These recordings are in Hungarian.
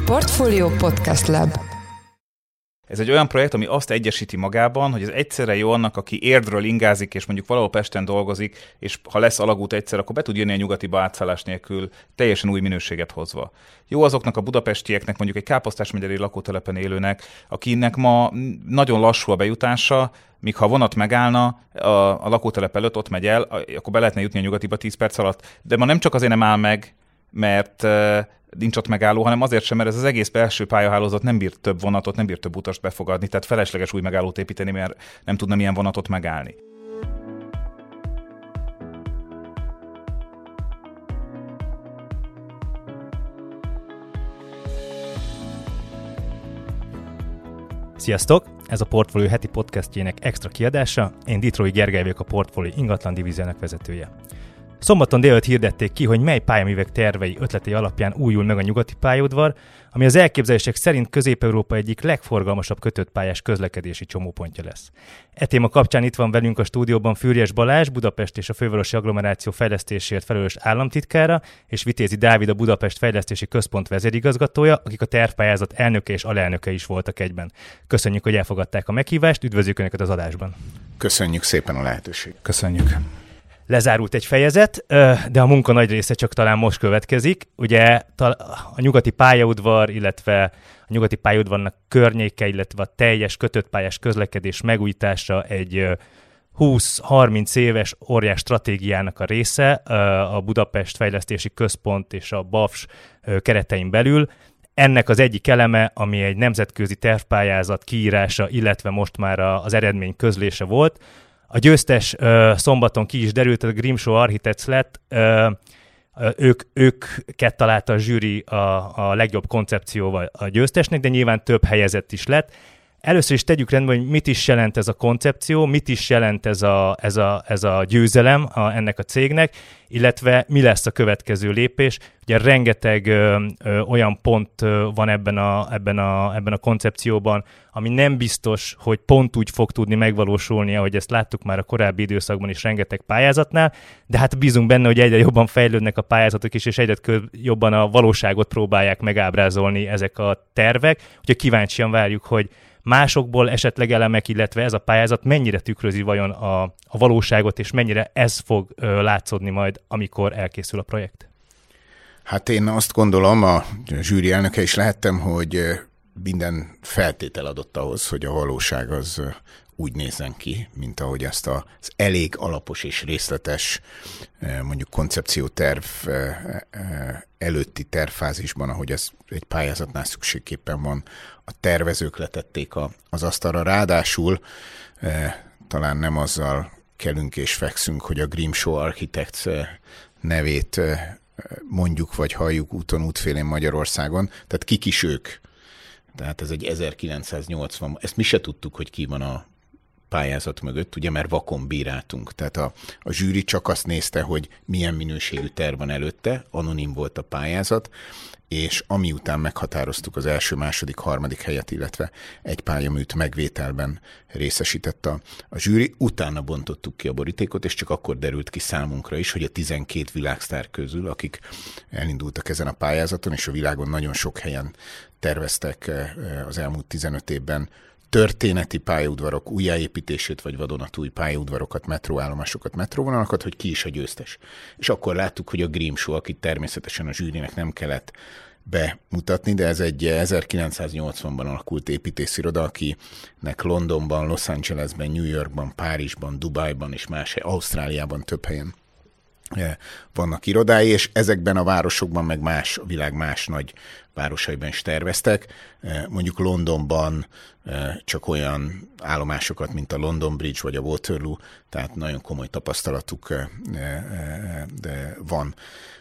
Portfolio Podcast Lab. Ez egy olyan projekt, ami azt egyesíti magában, hogy ez egyszerre jó annak, aki Érdről ingázik, és mondjuk valahol Pesten dolgozik, és ha lesz alagút egyszer, akkor be tud jönni a Nyugatiba átszállás nélkül, teljesen új minőséget hozva. Jó azoknak a budapestieknek, mondjuk egy Káposztásmegyeri lakótelepen élőnek, akinek ma nagyon lassú a bejutása, míg ha vonat megállna a lakótelep előtt, ott megy el, akkor be lehetne jutni a Nyugatiba 10 perc alatt. De ma nem csak azért nem áll meg, mert nincs ott megálló, hanem azért sem, mert ez az egész belső pályahálózat nem bír több vonatot, nem bír több utast befogadni, tehát felesleges új megállót építeni, mert nem tudna milyen vonatot megállni. Sziasztok! Ez a Portfolio heti podcastjének extra kiadása. Én Ditrói Gergely vagyok, a Portfolio ingatlan divíziónak vezetője. Szombaton délután hirdették ki, hogy mely pályaművek tervei, ötletei alapján újul meg a nyugati pályaudvar, ami az elképzelések szerint Közép-Európa egyik legforgalmasabb kötöttpályás közlekedési csomópontja lesz. E téma kapcsán itt van velünk a stúdióban Füriyes Balázs, Budapest és a fővárosi agglomeráció fejlesztésért felelős államtitkára, és Vitézi Dávid, a Budapest Fejlesztési Központ vezérigazgatója, akik a tervpályázat elnöke és alelnöke is voltak egyben. Köszönjük, hogy elfogadták a meghívást, üdvözljük Önöket az adásban. Köszönjük szépen a lehetőséget. Köszönjük. Lezárult egy fejezet, de a munka nagy része csak talán most következik. Ugye a nyugati pályaudvar, illetve a nyugati pályaudvarnak környéke, illetve a teljes kötöttpályás közlekedés megújítása egy 20-30 éves óriás stratégiának a része a Budapest Fejlesztési Központ és a BAFS keretein belül. Ennek az egyik eleme, ami egy nemzetközi tervpályázat kiírása, illetve most már az eredmény közlése volt. A győztes szombaton ki is derült, a Grimshaw Architects lett, őket találta a zsűri a legjobb koncepcióval a győztesnek, de nyilván több helyezett is lett. Először is tegyük rendben, hogy mit is jelent ez a koncepció, mit is jelent ez a győzelem ennek a cégnek, illetve mi lesz a következő lépés. Ugye rengeteg olyan pont van ebben a koncepcióban, ami nem biztos, hogy pont úgy fog tudni megvalósulni, ahogy ezt láttuk már a korábbi időszakban is rengeteg pályázatnál, de hát bízunk benne, hogy egyre jobban fejlődnek a pályázatok is, és egyre jobban a valóságot próbálják megábrázolni ezek a tervek. Úgyhogy kíváncsian várjuk, hogy másokból esetleg elemek, illetve ez a pályázat mennyire tükrözi vajon a valóságot, és mennyire ez fog látszódni majd, amikor elkészül a projekt? Hát én azt gondolom, a zsűri elnöke is lehettem, hogy minden feltétel adott ahhoz, hogy a valóság az úgy nézzen ki, mint ahogy ezt az elég alapos és részletes mondjuk koncepcióterv előtti tervfázisban, ahogy ez egy pályázatnál szükségképpen van, a tervezők letették az asztalra. Ráadásul talán nem azzal kelünk és fekszünk, hogy a Grimshaw Architects nevét mondjuk vagy halljuk úton útfélén Magyarországon. Tehát kik is ők? Tehát ez egy 1980, ezt mi se tudtuk, hogy ki van a pályázat mögött, ugye, mert vakon bíráltunk. Tehát a zsűri csak azt nézte, hogy milyen minőségű terv van előtte, anonim volt a pályázat, és amiután meghatároztuk az első, második, harmadik helyet, illetve egy pályaműt megvételben részesített a zsűri, utána bontottuk ki a borítékot, és csak akkor derült ki számunkra is, hogy a 12 világsztár közül, akik elindultak ezen a pályázaton, és a világon nagyon sok helyen terveztek az elmúlt 15 évben történeti pályaudvarok újjáépítését, vagy vadonatúj pályaudvarokat, metróállomásokat, metróvonalakat, hogy ki is a győztes. És akkor láttuk, hogy a Grimshaw, akit természetesen a zsűrinek nem kellett bemutatni, de ez egy 1980-ban alakult építésziroda, akinek Londonban, Los Angelesben, New Yorkban, Párizsban, Dubajban és más Ausztráliában több helyen vannak irodái, és ezekben a városokban meg a világ más nagy városaiban is terveztek. Mondjuk Londonban csak olyan állomásokat, mint a London Bridge vagy a Waterloo, tehát nagyon komoly tapasztalatuk van.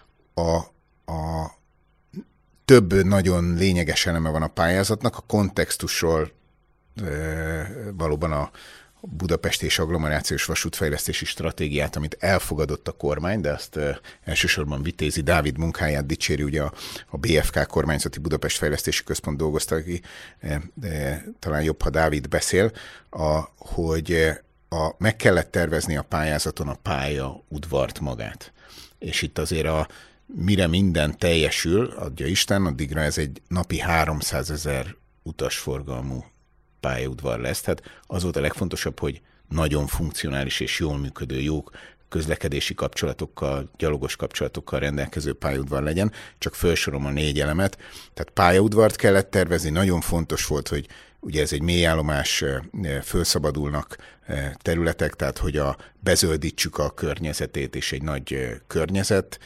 A több nagyon lényeges eleme van a pályázatnak, a kontextusról valóban a Budapest és agglomerációs vasútfejlesztési stratégiát, amit elfogadott a kormány, de azt elsősorban Vitézi Dávid munkáját dicséri, ugye a BFK kormányzati Budapest Fejlesztési Központ dolgozta ki, de talán jobb, ha Dávid beszél, hogy meg kellett tervezni a pályázaton a pályaudvart magát. És itt azért mire minden teljesül, adja Isten, addigra ez egy napi 300 000 utasforgalmú pályaudvar lesz. Tehát az volt a legfontosabb, hogy nagyon funkcionális és jól működő, jó közlekedési kapcsolatokkal, gyalogos kapcsolatokkal rendelkező pályaudvar legyen. Csak felsorom a 4 elemet. Tehát pályaudvart kellett tervezni, nagyon fontos volt, hogy ugye ez egy mélyállomás, fölszabadulnak területek, tehát hogy bezöldítsük a környezetét, és egy nagy környezet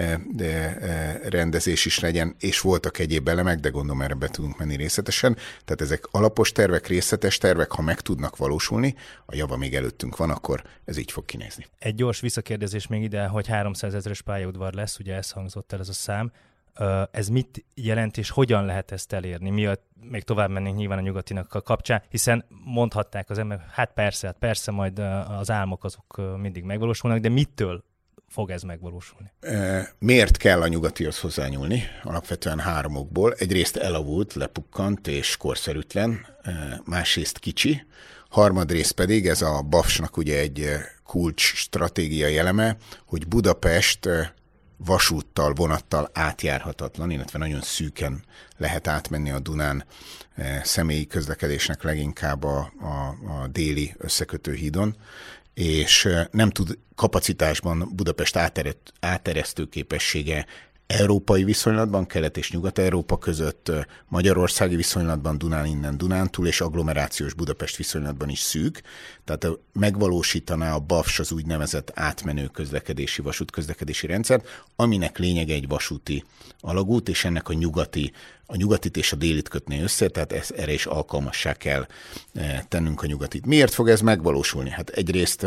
rendezés is legyen, és voltak egyéb elemek, de gondolom erre be tudunk menni részletesen. Tehát ezek alapos tervek, részletes tervek, ha meg tudnak valósulni, a java még előttünk van, akkor ez így fog kinézni. Egy gyors visszakérdezés még ide, hogy 300 000-es pályaudvar lesz, ugye ez hangzott el ez a szám. Ez mit jelent, és hogyan lehet ezt elérni? Miatt még tovább mennénk nyilván a nyugatinak a kapcsán, hiszen mondhatták az ember, hát persze majd az álmok azok mindig megvalósulnak, de mitől fog ez megvalósulni? Miért kell a nyugatihoz hozzányúlni? Alapvetően 3 okból. Egyrészt elavult, lepukkant és korszerűtlen, másrészt kicsi, harmadrészt pedig ez a BAFS-nak ugye egy kulcs stratégiai eleme, hogy Budapest vasúttal, vonattal átjárhatatlan, illetve nagyon szűken lehet átmenni a Dunán személyi közlekedésnek leginkább a déli összekötő hídon, és nem tud kapacitásban Budapest áteresztő képessége európai viszonylatban, Kelet- és Nyugat-Európa között, magyarországi viszonylatban, Dunán innen, Dunántúl, és agglomerációs Budapest viszonylatban is szűk. Tehát megvalósítaná a BAFS az úgynevezett átmenő közlekedési, vasútközlekedési rendszert, aminek lényege egy vasúti alagút, és ennek a nyugatit és a délit kötné össze, tehát erre is alkalmassá kell tennünk a nyugatit. Miért fog ez megvalósulni? Hát egyrészt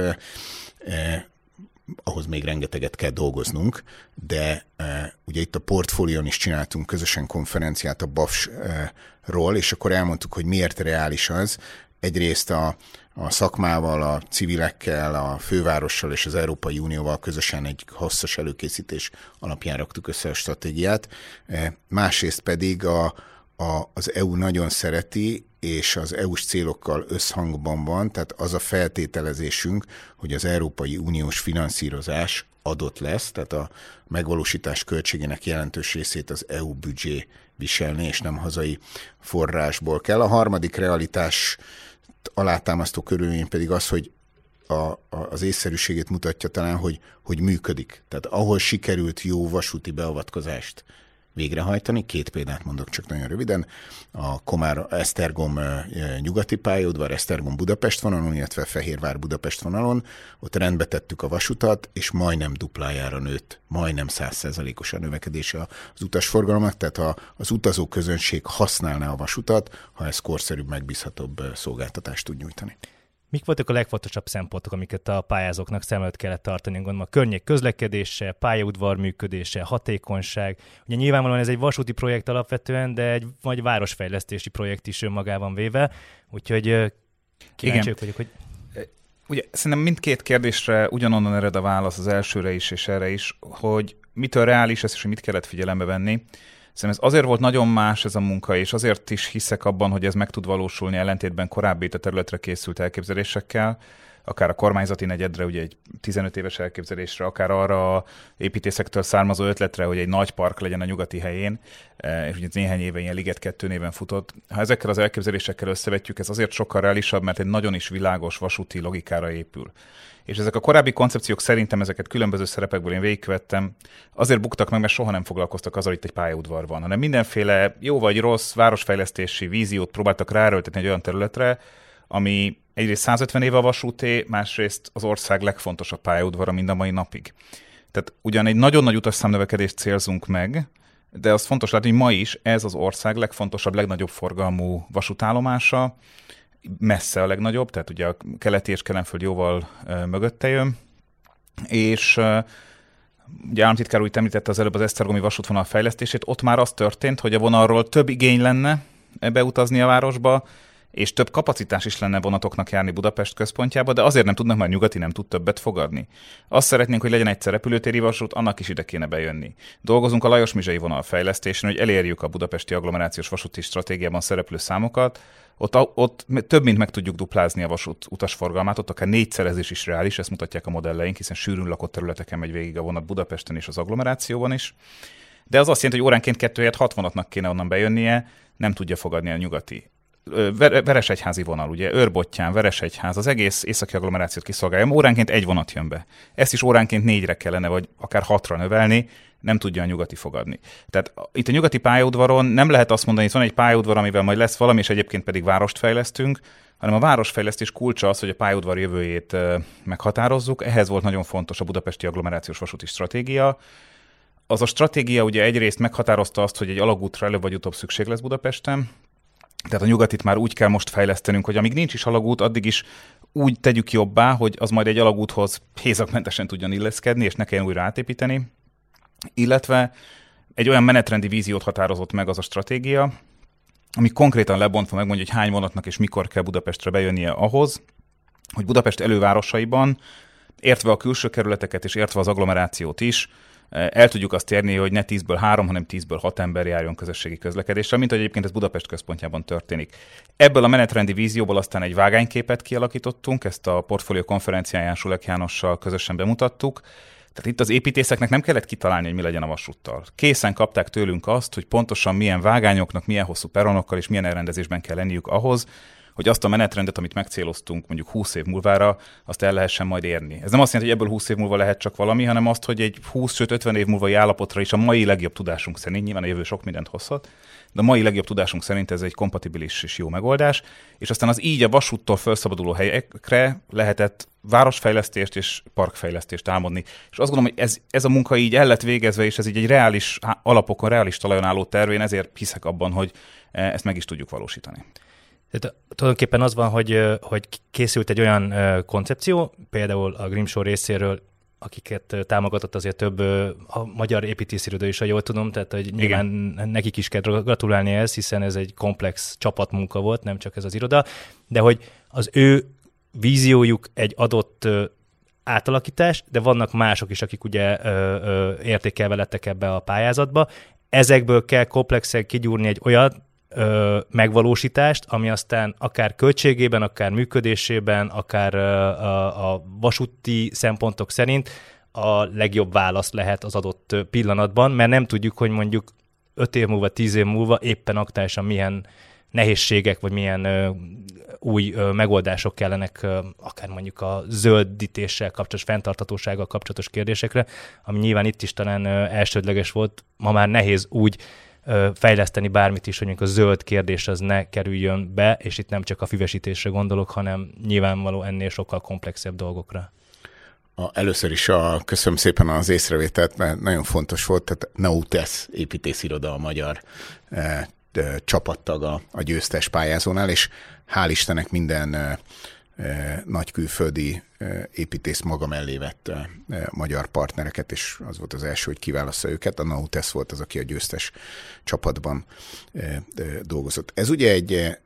ahhoz még rengeteget kell dolgoznunk, de ugye itt a portfólión is csináltunk közösen konferenciát a BAFS-ról, és akkor elmondtuk, hogy miért reális az. Egyrészt a szakmával, a civilekkel, a fővárossal és az Európai Unióval közösen egy hosszas előkészítés alapján raktuk össze a stratégiát. Másrészt pedig az EU nagyon szereti, és az EU-s célokkal összhangban van, tehát az a feltételezésünk, hogy az Európai Uniós finanszírozás adott lesz, tehát a megvalósítás költségének jelentős részét az EU büdzsé viselni, és nem hazai forrásból kell. A harmadik realitás alátámasztó körülmény pedig az, hogy az észszerűségét mutatja talán, hogy működik. Tehát ahol sikerült jó vasúti beavatkozást végrehajtani, 2 példát mondok csak nagyon röviden, a Komár-Esztergom nyugati pályaudvar, Esztergom-Budapest vonalon, illetve Fehérvár-Budapest vonalon, ott rendbe tettük a vasutat, és majdnem duplájára nőtt, majdnem 100%-os a növekedése az utasforgalomnak, tehát az utazóközönség használná a vasutat, ha ez korszerűbb, megbízhatóbb szolgáltatást tud nyújtani. Mik voltak a legfontosabb szempontok, amiket a pályázóknak szem előtt kellett tartani? Gondolom a környék közlekedése, pályaudvar működése, hatékonyság. Ugye nyilvánvalóan ez egy vasúti projekt alapvetően, de egy vagy városfejlesztési projekt is önmagában véve. Úgyhogy kíváncsiak vagyok, hogy... Ugye szerintem mindkét kérdésre ugyanonnan ered a válasz, az elsőre is és erre is, hogy mitől reális ez, és hogy mit kellett figyelembe venni. Szerintem ez azért volt nagyon más ez a munka, és azért is hiszek abban, hogy ez meg tud valósulni ellentétben korábbi a területre készült elképzelésekkel, akár a kormányzati negyedre, ugye egy 15 éves elképzelésre, akár arra a építészektől származó ötletre, hogy egy nagy park legyen a nyugati helyén, és ugye néhány éve ilyen Liget 2 néven futott. Ha ezekkel az elképzelésekkel összevetjük, ez azért sokkal reálisabb, mert egy nagyon is világos vasúti logikára épül. És ezek a korábbi koncepciók szerintem ezeket különböző szerepekből én végigkövettem, azért buktak meg, mert soha nem foglalkoztak azzal, hogy itt egy pályaudvar van, hanem mindenféle jó vagy rossz városfejlesztési víziót próbáltak ráerőltetni egy olyan területre, ami egyrészt 150 éve a vasúté, másrészt az ország legfontosabb pályaudvara mind a mai napig. Tehát ugyan egy nagyon nagy utasszámnövekedést célzunk meg, de az fontos látni, hogy ma is ez az ország legfontosabb, legnagyobb forgalmú vasútállomása, messze a legnagyobb, tehát ugye a keleti és kelenföld jóval mögötte jön, és ugye államtitkár úgy említette az előbb az esztergomi vasútvonal fejlesztését, ott már az történt, hogy a vonalról több igény lenne beutazni a városba, és több kapacitás is lenne vonatoknak járni Budapest központjába, de azért nem tudnak, mert nyugati nem tud többet fogadni. Azt szeretnénk, hogy legyen egyszer repülőtéri vasút, annak is ide kéne bejönni. Dolgozunk a Lajos-Mizsai vonal fejlesztésen, hogy elérjük a budapesti agglomerációs vasúti stratégiában szereplő számokat. Ott több mint meg tudjuk duplázni a vasút utasforgalmát, ott akár 4-szerezés is reális, ezt mutatják a modelleink, hiszen sűrűn lakott területeken megy végig a vonat Budapesten és az agglomerációban is. De az azt jelenti, hogy óránként 2 helyett 6 vonatnak kéne onnan bejönnie, nem tudja fogadni a nyugati. Veresegyházi vonal, ugye, Őrbottyán, Veresegyház, az egész északi agglomerációt kiszolgálja, óránként 1 vonat jön be. Ezt is óránként 4-re kellene, vagy akár 6-ra növelni, nem tudja a nyugati fogadni. Tehát itt a nyugati pályaudvaron nem lehet azt mondani, hogy van egy pályaudvar, amivel majd lesz valami, és egyébként pedig várost fejlesztünk, hanem a városfejlesztés kulcsa az, hogy a pályaudvar jövőjét meghatározzuk. Ehhez volt nagyon fontos a budapesti agglomerációs vasúti stratégia. Az a stratégia ugye egyrészt meghatározta azt, hogy egy alagútra előbb vagy utóbb szükség lesz Budapesten. Tehát a nyugatit már úgy kell most fejlesztenünk, hogy amíg nincs is alagút, addig is úgy tegyük jobbá, hogy az majd egy alagúthoz hézagmentesen tudjon illeszkedni, és ne kelljen újra átépíteni. Illetve egy olyan menetrendi víziót határozott meg az a stratégia, ami konkrétan lebontva megmondja, hogy hány vonatnak és mikor kell Budapestre bejönnie ahhoz, hogy Budapest elővárosaiban, értve a külső kerületeket és értve az agglomerációt is, el tudjuk azt érni, hogy ne 10-ből 3, hanem 10-ből 6 ember járjon közösségi közlekedésre, mint ahogy egyébként ez Budapest központjában történik. Ebből a menetrendi vízióból aztán egy vágányképet kialakítottunk, ezt a portfólió konferenciáján Sulek Jánossal közösen bemutattuk. Tehát itt az építészeknek nem kellett kitalálni, hogy mi legyen a vasúttal. Készen kapták tőlünk azt, hogy pontosan milyen vágányoknak, milyen hosszú peronokkal és milyen elrendezésben kell lenniük ahhoz, hogy azt a menetrendet, amit megcéloztunk mondjuk 20 év múlvára, azt el lehessen majd érni. Ez nem azt jelenti, hogy ebből 20 év múlva lehet csak valami, hanem azt, hogy egy 20, sőt 50 év múlvai állapotra is a mai legjobb tudásunk szerint, nyilván a jövő sok mindent hozhat, de a mai legjobb tudásunk szerint ez egy kompatibilis és jó megoldás, és aztán az így a vasúttól felszabaduló helyekre lehetett városfejlesztést és parkfejlesztést álmodni. És azt gondolom, hogy ez a munka így el lett végezve, és ez így egy reális alapokon, reális talajon álló tervén, ezért hiszek abban, hogy ezt meg is tudjuk valósítani. Tehát tulajdonképpen az van, hogy készült egy olyan koncepció, például a Grimshaw részéről, akiket támogatott azért több a magyar építésziroda is, ha jól tudom, tehát hogy nyilván nekik is kell gratulálni ehhez, hiszen ez egy komplex csapatmunka volt, nem csak ez az iroda, de hogy az ő víziójuk egy adott átalakítás, de vannak mások is, akik ugye értékelve lettek ebbe a pályázatba. Ezekből kell komplexen kigyúrni egy olyan megvalósítást, ami aztán akár költségében, akár működésében, akár a vasúti szempontok szerint a legjobb válasz lehet az adott pillanatban, mert nem tudjuk, hogy mondjuk 5 év múlva, 10 év múlva éppen aktuálisan milyen nehézségek, vagy milyen új megoldások kellenek, akár mondjuk a zöldítéssel kapcsolatos, fenntarthatósággal kapcsolatos kérdésekre, ami nyilván itt is talán elsődleges volt. Ma már nehéz úgy fejleszteni bármit is, hogy mondjuk a zöld kérdés az ne kerüljön be, és itt nem csak a füvesítésre gondolok, hanem nyilvánvaló ennél sokkal komplexebb dolgokra. Először is köszönöm szépen az észrevételt, mert nagyon fontos volt, tehát NAUTESZ építésziroda a magyar csapattag a győztes pályázónál, és hál' Istennek minden nagy külföldi építész maga mellé vett magyar partnereket, és az volt az első, hogy kiválassza őket. A NAUTESZ volt az, aki a győztes csapatban dolgozott. Ez ugye egy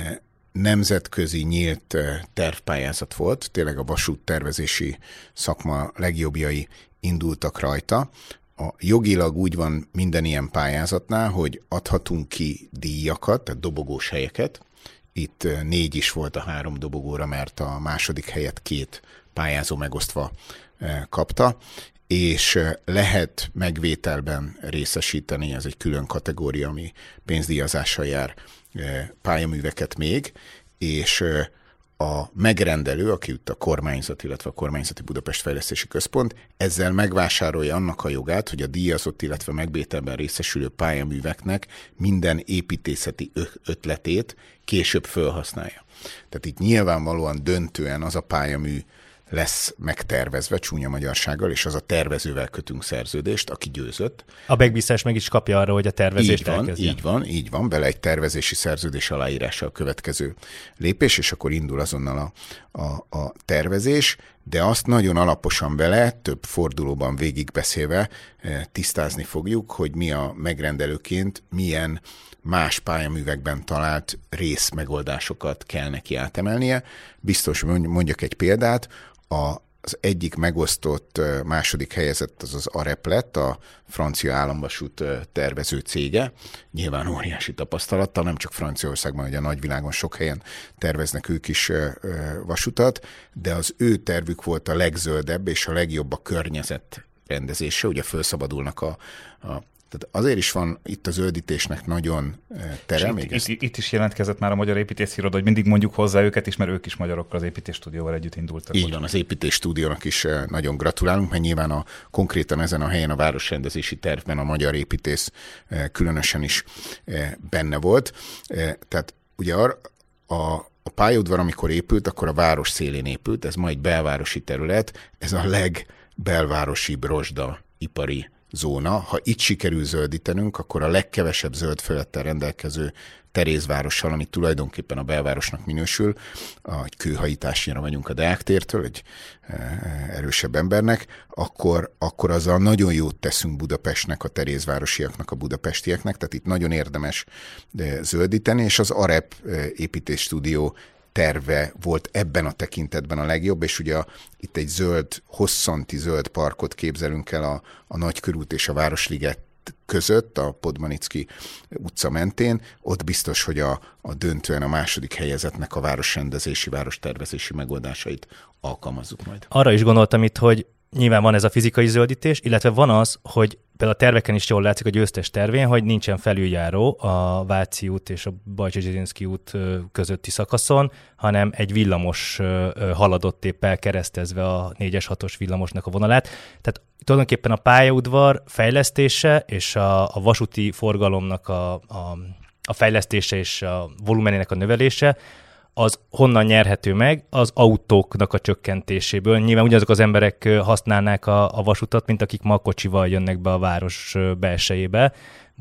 nemzetközi nyílt tervpályázat volt, tényleg a vasúttervezési szakma legjobbjai indultak rajta. Jogilag úgy van minden ilyen pályázatnál, hogy adhatunk ki díjakat, tehát dobogós helyeket. Itt 4 is volt a 3 dobogóra, mert a második helyet 2 pályázó megosztva kapta, és lehet megvételben részesíteni, ez egy külön kategória, ami pénzdíjazással jár, pályaműveket még, és a megrendelő, aki itt a kormányzat, illetve a Kormányzati Budapest Fejlesztési Központ, ezzel megvásárolja annak a jogát, hogy a díjazott, illetve megvételben részesülő pályaműveknek minden építészeti ötletét később felhasználja. Tehát itt nyilvánvalóan döntően az a pályamű lesz megtervezve csúnya magyarsággal, és az a tervezővel kötünk szerződést, aki győzött. A megbízás meg is kapja arra, hogy a tervezést elkezdje. Így van, bele egy tervezési szerződés aláírása a következő lépés, és akkor indul azonnal a tervezés, de azt nagyon alaposan vele, több fordulóban végigbeszélve tisztázni fogjuk, hogy mi a megrendelőként milyen más pályaművekben talált részmegoldásokat kell neki átemelnie. Biztos mondjak egy példát, az egyik megosztott második helyezett az AREP lett, a francia államvasút tervező cége. Nyilván óriási tapasztalattal, nem csak Franciaországban, hogy a nagyvilágon sok helyen terveznek ők is vasutat, de az ő tervük volt a legzöldebb és a legjobb a környezet rendezése, ugye felszabadulnak tehát azért is van itt a zöldítésnek nagyon tere. Itt is jelentkezett már a Magyar Építésziroda, hogy mindig mondjuk hozzá őket is, mert ők is magyarokkal az építésstúdióval együtt indultak. Így van, az építésstúdiónak is nagyon gratulálunk, mert nyilván konkrétan ezen a helyen a városrendezési tervben a magyar építész különösen is benne volt. Tehát ugye a pályaudvar, amikor épült, akkor a város szélén épült, ez ma egy belvárosi terület, ez a legbelvárosibb rozsda ipari zóna. Ha itt sikerül zöldítenünk, akkor a legkevesebb zöld felülettel rendelkező Terézvárossal, ami tulajdonképpen a belvárosnak minősül, egy kőhajításnyira vagyunk a Deák tértől, egy erősebb embernek, akkor azzal nagyon jót teszünk Budapestnek, a terézvárosiaknak, a budapestieknek, tehát itt nagyon érdemes zöldíteni, és az AREP építésstúdió terve volt ebben a tekintetben a legjobb, és ugye itt egy hosszanti zöld parkot képzelünk el a Nagykörút és a Városliget között, a Podmanicki utca mentén, ott biztos, hogy a döntően a második helyezettnek a városrendezési, várostervezési megoldásait alkalmazzuk majd. Arra is gondoltam itt, hogy nyilván van ez a fizikai zöldítés, illetve van az, hogy például a terveken is jól látszik a győztes tervén, hogy nincsen felüljáró a Váci út és a Bajcsy-Zsilinszky út közötti szakaszon, hanem egy villamos haladott épp elkeresztezve a 4-es 6-os villamosnak a vonalát. Tehát tulajdonképpen a pályaudvar fejlesztése és a vasúti forgalomnak a fejlesztése és a volumenének a növelése, az honnan nyerhető meg? Az autóknak a csökkentéséből. Nyilván ugyanazok az emberek használnák a vasutat, mint akik ma kocsival jönnek be a város belsejébe,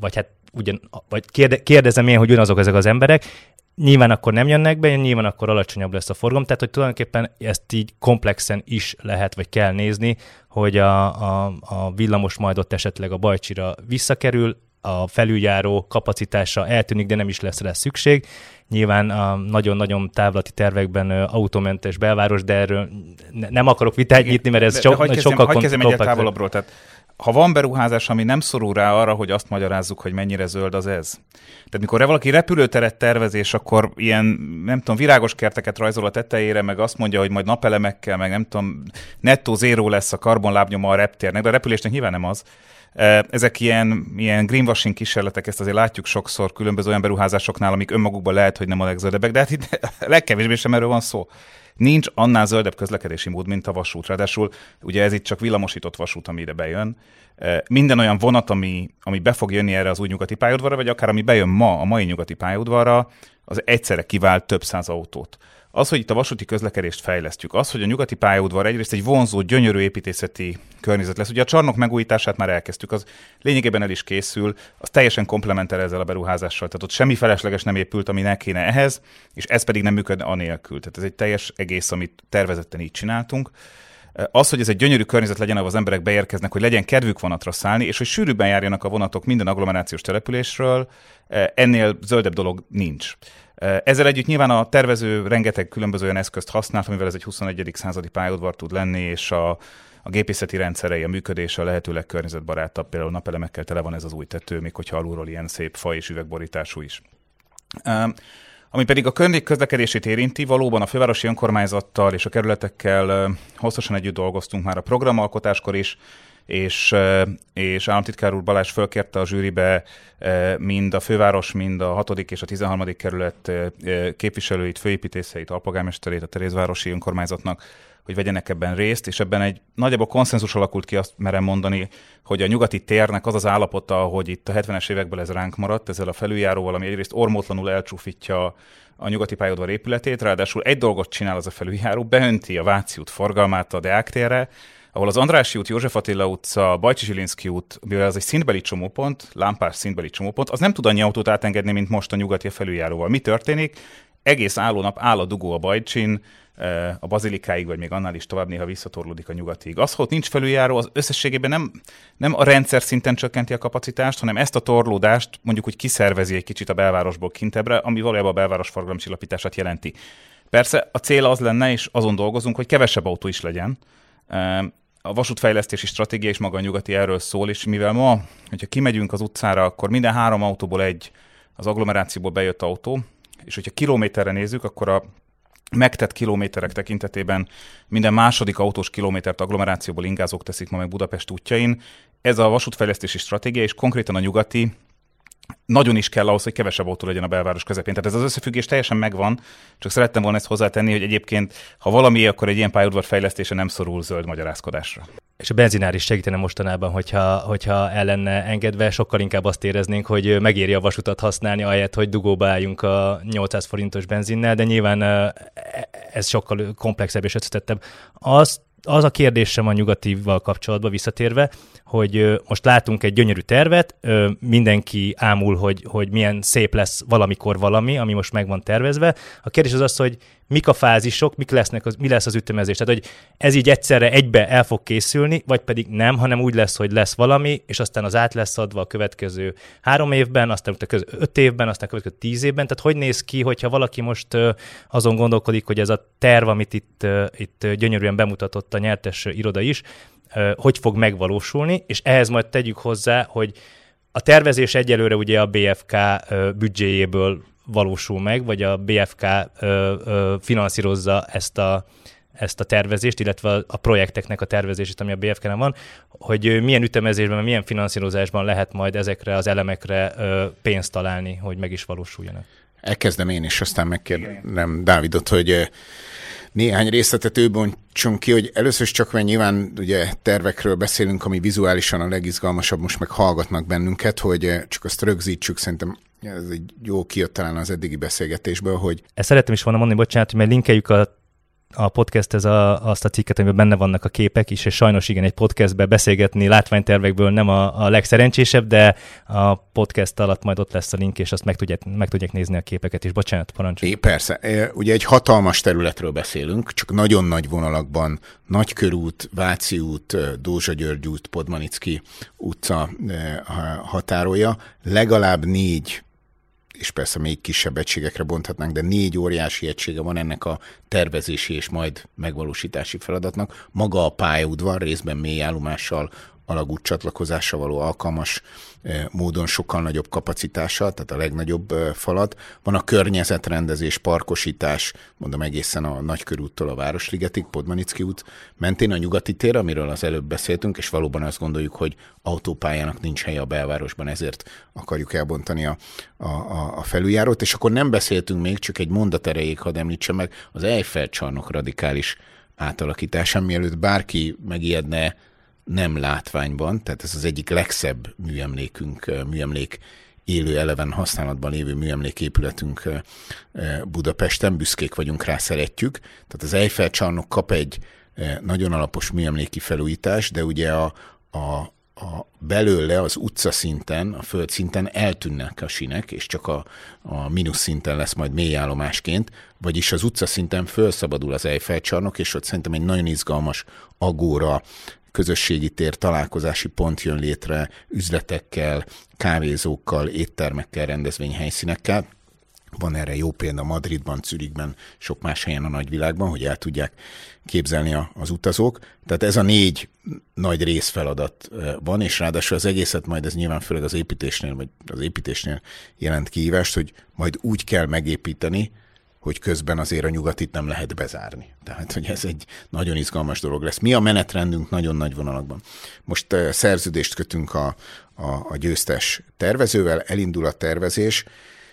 vagy kérdezem én, hogy ugyanazok ezek az emberek. Nyilván akkor nem jönnek be, nyilván akkor alacsonyabb lesz a forgalom, tehát hogy tulajdonképpen ezt így komplexen is lehet, vagy kell nézni, hogy a villamos majd ott esetleg a Bajcsira visszakerül, a felüljáró kapacitása eltűnik, de nem is lesz rá szükség. Nyilván a nagyon-nagyon távlati tervekben autómentes belváros, de erről nem akarok vitát nyitni, mert ez sokkal komplexebb. Hadd kezdjem egyet távolabbról. Tehát, ha van beruházás, ami nem szorul rá arra, hogy azt magyarázzuk, hogy mennyire zöld, az ez. Tehát mikor valaki repülőteret tervezés, akkor ilyen, nem tudom, virágos kerteket rajzol a tetejére, meg azt mondja, hogy majd napelemekkel, meg nem tudom, nettó zéró lesz a karbonlábnyoma a reptérnek, de a repülésnek nyilván nem az. Ezek ilyen greenwashing kísérletek, ezt azért látjuk sokszor különböző olyan beruházásoknál, amik önmagukban lehet, hogy nem a legzöldebbek, de hát itt legkevésbé sem erről van szó. Nincs annál zöldebb közlekedési mód, mint a vasút. Ráadásul ugye ez itt csak villamosított vasút, ami ide bejön. Minden olyan vonat, ami be fog jönni erre az új nyugati pályaudvarra, vagy akár ami bejön a mai nyugati pályaudvarra, az egyszerre kivált több száz autót. Az, hogy itt a vasúti közlekedést fejlesztjük, az, hogy a nyugati pályaudvar egyrészt egy vonzó, gyönyörű építészeti környezet lesz. Ugye a csarnok megújítását már elkezdtük, az lényegében el is készül, az teljesen komplementer ezzel a beruházással. Tehát ott semmi felesleges nem épült, ami ne kéne ehhez, és ez pedig nem működne anélkül. Tehát ez egy teljes egész, amit tervezetten így csináltunk. Az, hogy ez egy gyönyörű környezet legyen, ahol az emberek beérkeznek, hogy legyen kedvük vonatra szállni, és hogy sűrűbben járjanak a vonatok minden agglomerációs településről, ennél zöldebb dolog nincs. Ezzel együtt nyilván a tervező rengeteg különböző olyan eszközt használ, amivel ez egy 21. századi pályaudvar tud lenni, és a gépészeti rendszerei, a működése a lehetőleg környezetbarátabb, például napelemekkel tele van ez az új tető, még hogyha alulról ilyen szép fa és üvegborítású is. Ami pedig a környék közlekedését érinti, valóban a fővárosi önkormányzattal és a kerületekkel hosszasan együtt dolgoztunk már a programalkotáskor is, és államtitkár úr Balázs fölkérte a zsűribe mind a főváros, mind a 6. és a 13. kerület képviselőit, főépítészeit, alpolgármesterét a Terézvárosi önkormányzatnak, hogy vegyenek ebben részt, és ebben egy nagyjából konszenzus alakult ki, azt merem mondani, hogy a nyugati térnek az az állapota, hogy itt a 70-es években ez ránk maradt, ezzel a felüljáróval, ami egyrészt ormótlanul elcsúfítja a nyugati pályaudvar épületét, ráadásul egy dolgot csinál az a felüljáró, beönti a Váci út forgalmát a Deák térre, ahol az Andrássy út, József Attila utca, Bajcsy-Zsilinszky út, mivel ez egy szintbeli csomópont, lámpás szintbeli csomópont, az nem tud annyi autót átengedni, mint most a nyugati felüljáróval. Mi történik? egész állónap áll a dugó a Bajcsin, a Bazilikáig, vagy még annál is tovább néha visszatorlódik a Nyugatiig. Az, hogy nincs felüljáró, az összességében nem a rendszer szinten csökkenti a kapacitást, hanem ezt a torlódást mondjuk úgy kiszervezi egy kicsit a belvárosból kintebbre, ami valójában a belváros forgalomcsillapítását jelenti. Persze a cél az lenne, és azon dolgozunk, hogy kevesebb autó is legyen. A vasútfejlesztési stratégia is maga a Nyugati erről szól, és mivel ma, hogyha kimegyünk az utcára, akkor minden 3 autóból 1 az agglomerációból bejött autó, és hogyha kilométerre nézzük, akkor a megtett kilométerek tekintetében minden második autós kilométert agglomerációból ingázók teszik ma meg Budapest útjain. Ez a vasútfejlesztési stratégia, és konkrétan a Nyugati nagyon is kell ahhoz, hogy kevesebb autó legyen a belváros közepén. Tehát ez az összefüggés teljesen megvan, csak szerettem volna ezt hozzátenni, hogy egyébként, ha valami, akkor egy ilyen pályaudvar fejlesztése nem szorul zöld magyarázkodásra. És a benzinár is segítene mostanában, hogyha el lenne engedve, sokkal inkább azt éreznénk, hogy megéri a vasutat használni, ahelyett, hogy dugóba álljunk a 800 forintos benzinnel, de nyilván ez sokkal komplexebb és összetettebb. Az a kérdésem a Nyugatival kapcsolatban visszatérve, hogy most látunk egy gyönyörű tervet, mindenki ámul, hogy milyen szép lesz valamikor valami, ami most meg van tervezve. A kérdés az, hogy mik a fázisok, mi lesz az ütemezés. Tehát, hogy ez így egyszerre egybe el fog készülni, vagy pedig nem, hanem úgy lesz, hogy lesz valami, és aztán az át lesz adva a következő 3 évben, aztán a következő 5 évben, aztán a következő 10 évben. Tehát hogy néz ki, hogyha valaki most azon gondolkodik, hogy ez a terv, amit itt gyönyörűen bemutatott a nyertes iroda is, hogy fog megvalósulni, és ehhez majd tegyük hozzá, hogy a tervezés egyelőre ugye a BFK büdzséjéből valósul meg, vagy a BFK finanszírozza ezt a tervezést, illetve a projekteknek a tervezését, ami a BFK-nen van, hogy milyen ütemezésben, milyen finanszírozásban lehet majd ezekre az elemekre pénzt találni, hogy meg is valósuljanak. Elkezdem én is, aztán megkérdem Dávidot, hogy néhány részletet ő bontson ki, hogy először is csak, mert nyilván ugye tervekről beszélünk, ami vizuálisan a legizgalmasabb, most meg hallgatnak bennünket, hogy csak azt rögzítsük, szerintem ez egy jó kijött talán az eddigi beszélgetésből, hogy... Ezt szerettem is volna mondani, bocsánat, hogy mert linkeljük a podcasthez azt a cikket, amiben benne vannak a képek is, és sajnos igen, egy podcastben beszélgetni látványtervekből nem a legszerencsésebb, de a podcast alatt majd ott lesz a link, és azt meg tudják nézni a képeket is. Bocsánat, parancsolj. Persze. Ugye egy hatalmas területről beszélünk, csak nagyon nagy vonalakban Nagykörút, Váci út, Dózsa György út, Podmanicki utca határolja. Legalább 4, és persze még kisebb egységekre bonthatnánk, de 4 óriási egysége van ennek a tervezési és majd megvalósítási feladatnak. Maga a pályaudvar részben mély állomással, alagút csatlakozásra való alkalmas módon sokkal nagyobb kapacitással, tehát a legnagyobb falat. Van a környezetrendezés, parkosítás, mondom egészen a Nagykörúttól a Városligetig, Podmanicki út mentén a Nyugati tér, amiről az előbb beszéltünk, és valóban azt gondoljuk, hogy autópályának nincs helye a belvárosban, ezért akarjuk elbontani a felüljárót, és akkor nem beszéltünk még, csak egy mondat erejéig hadd említsem meg, az Eiffel-csarnok radikális átalakításán, mielőtt bárki megijedne nem látványban, tehát ez az egyik legszebb műemlék élő eleven használatban lévő műemléképületünk Budapesten, büszkék vagyunk rá, szeretjük. Tehát az Eiffel-csarnok kap egy nagyon alapos műemléki felújítás, de ugye a belőle az utcaszinten, a földszinten eltűnnek a sínek, és csak a mínusz szinten lesz majd mélyállomásként, vagyis az utcaszinten fölszabadul az Eiffel-csarnok, és ott szerintem egy nagyon izgalmas agóra, közösségi tér, találkozási pont jön létre üzletekkel, kávézókkal, éttermekkel, rendezvényhelyszínekkel. Van erre jó példa Madridban, Zürichben, sok más helyen a nagyvilágban, hogy el tudják képzelni az utazók. Tehát ez a 4 nagy részfeladat van, és ráadásul az egészet majd ez nyilván főleg az építésnél jelent kihívást, hogy majd úgy kell megépíteni, hogy közben azért a Nyugatit nem lehet bezárni. Tehát, hogy ez egy nagyon izgalmas dolog lesz. Mi a menetrendünk nagyon nagy vonalakban? Most szerződést kötünk a győztes tervezővel, elindul a tervezés.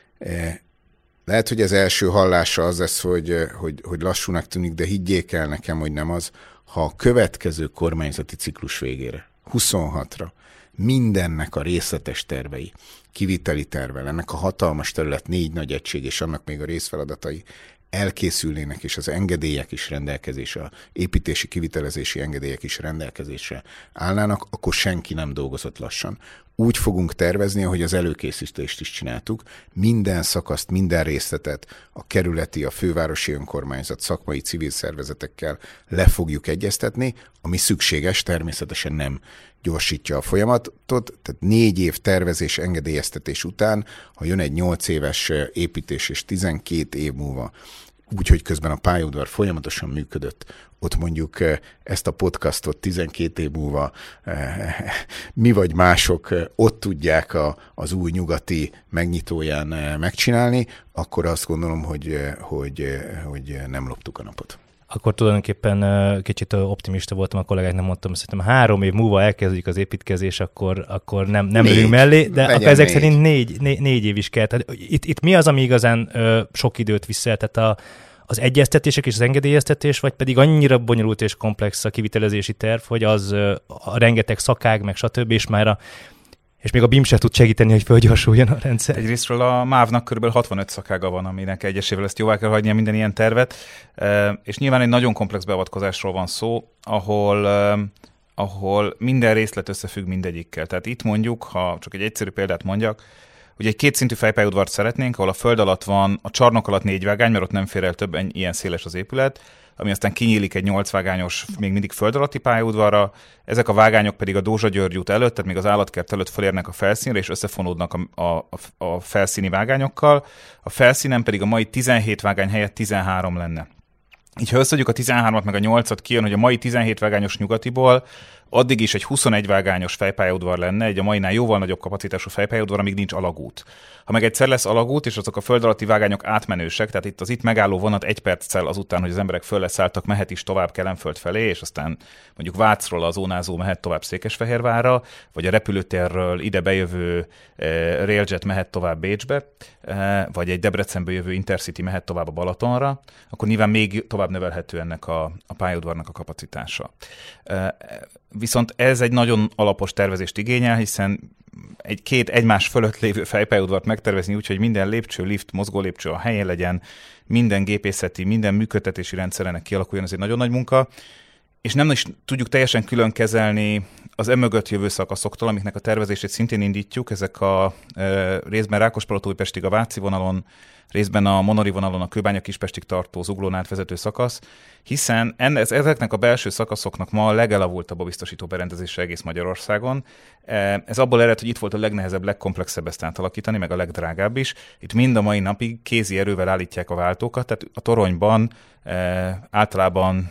Lehet, hogy az első hallásra az lesz, hogy lassúnak tűnik, de higgyék el nekem, hogy nem az, ha a következő kormányzati ciklus végére, 26-ra, mindennek a részletes tervei, kiviteli tervvel, ennek a hatalmas terület 4 nagy egység, és annak még a részfeladatai elkészülnének, és az engedélyek is rendelkezésre, a építési, kivitelezési engedélyek is rendelkezésre állnának, akkor senki nem dolgozott lassan. úgy fogunk tervezni, ahogy az előkészítést is csináltuk. Minden szakaszt, minden részletet a kerületi, a fővárosi önkormányzat, szakmai civil szervezetekkel le fogjuk egyeztetni, ami szükséges, természetesen nem gyorsítja a folyamatot. Tehát 4 év tervezés, engedélyeztetés után, ha jön egy 8 éves építés és 12 év múlva, úgyhogy közben a pályaudvar folyamatosan működött, ott mondjuk ezt a podcastot 12 év múlva mi vagy mások ott tudják az új nyugati megnyitóján megcsinálni, akkor azt gondolom, hogy nem loptuk a napot. Akkor tulajdonképpen kicsit optimista voltam, a kollégáknak mondtam, szerintem 3 év múlva elkezdjük az építkezés, akkor nem ülünk mellé, de akkor ezek szerint 4 év is kell. Tehát itt mi az, ami igazán sok időt viszel? Tehát az egyeztetések és az engedélyeztetés, vagy pedig annyira bonyolult és komplex a kivitelezési terv, hogy az a rengeteg szakág, meg stb. És még a BIM se tud segíteni, hogy fölgyorsuljon a rendszer. Egyrésztről a MÁV-nak kb. 65 szakága van, aminek egyesével ezt jóvá kell hagynia minden ilyen tervet, és nyilván egy nagyon komplex beavatkozásról van szó, ahol minden részlet összefügg mindegyikkel. Tehát itt mondjuk, ha csak egy egyszerű példát mondjak, ugye egy kétszintű fejpályaudvart szeretnénk, ahol a föld alatt van, a csarnok alatt 4 vágány, mert ott nem fér el több, ilyen széles az épület, ami aztán kinyílik egy 8 vágányos, még mindig föld alatti pályaudvarra, ezek a vágányok pedig a Dózsa György út előtt, tehát még az állatkert előtt felérnek a felszínre, és összefonódnak a felszíni vágányokkal, a felszínen pedig a mai 17 vágány helyett 13 lenne. Így ha összeadjuk a 13-at meg a 8-at, kijön, hogy a mai 17 vágányos nyugatiból addig is egy 21 vágányos fejpályaudvar lenne, egy a mainál jóval nagyobb kapacitású fejpályaudvar, amíg nincs alagút. Ha meg egyszer lesz alagút, és azok a föld alatti vágányok átmenősek, tehát itt az itt megálló vonat 1 perccel azután, hogy az emberek föl leszálltak, mehet is tovább Kelenföld felé, és aztán mondjuk Vácról a zónázó mehet tovább Székesfehérvárra, vagy a repülőtérről ide bejövő Railjet mehet tovább Bécsbe, vagy egy Debrecenből jövő Intercity mehet tovább a Balatonra, akkor nyilván még tovább növelhető ennek a pályaudvarnak a kapacitása. Viszont ez egy nagyon alapos tervezést igényel, hiszen két egymás fölött lévő fejpályaudvart megtervezni úgy, hogy minden lépcső, lift, mozgólépcső a helyén legyen, minden gépészeti, minden működtetési rendszerének kialakuljon, ez egy nagyon nagy munka, és nem is tudjuk teljesen külön kezelni az emögött jövő szakaszoktól, amiknek a tervezését szintén indítjuk, ezek a részben Rákospalota-Újpestig a Váci vonalon, részben a Monori vonalon a Kőbánya-Kispestig tartó Zuglón át vezető szakasz, hiszen ezeknek a belső szakaszoknak ma a legelavultabb a biztosító berendezése egész Magyarországon. Ez abból ered, hogy itt volt a legnehezebb, legkomplexebb ezt átalakítani, meg a legdrágább is. Itt mind a mai napig kézi erővel állítják a váltókat, tehát a toronyban általában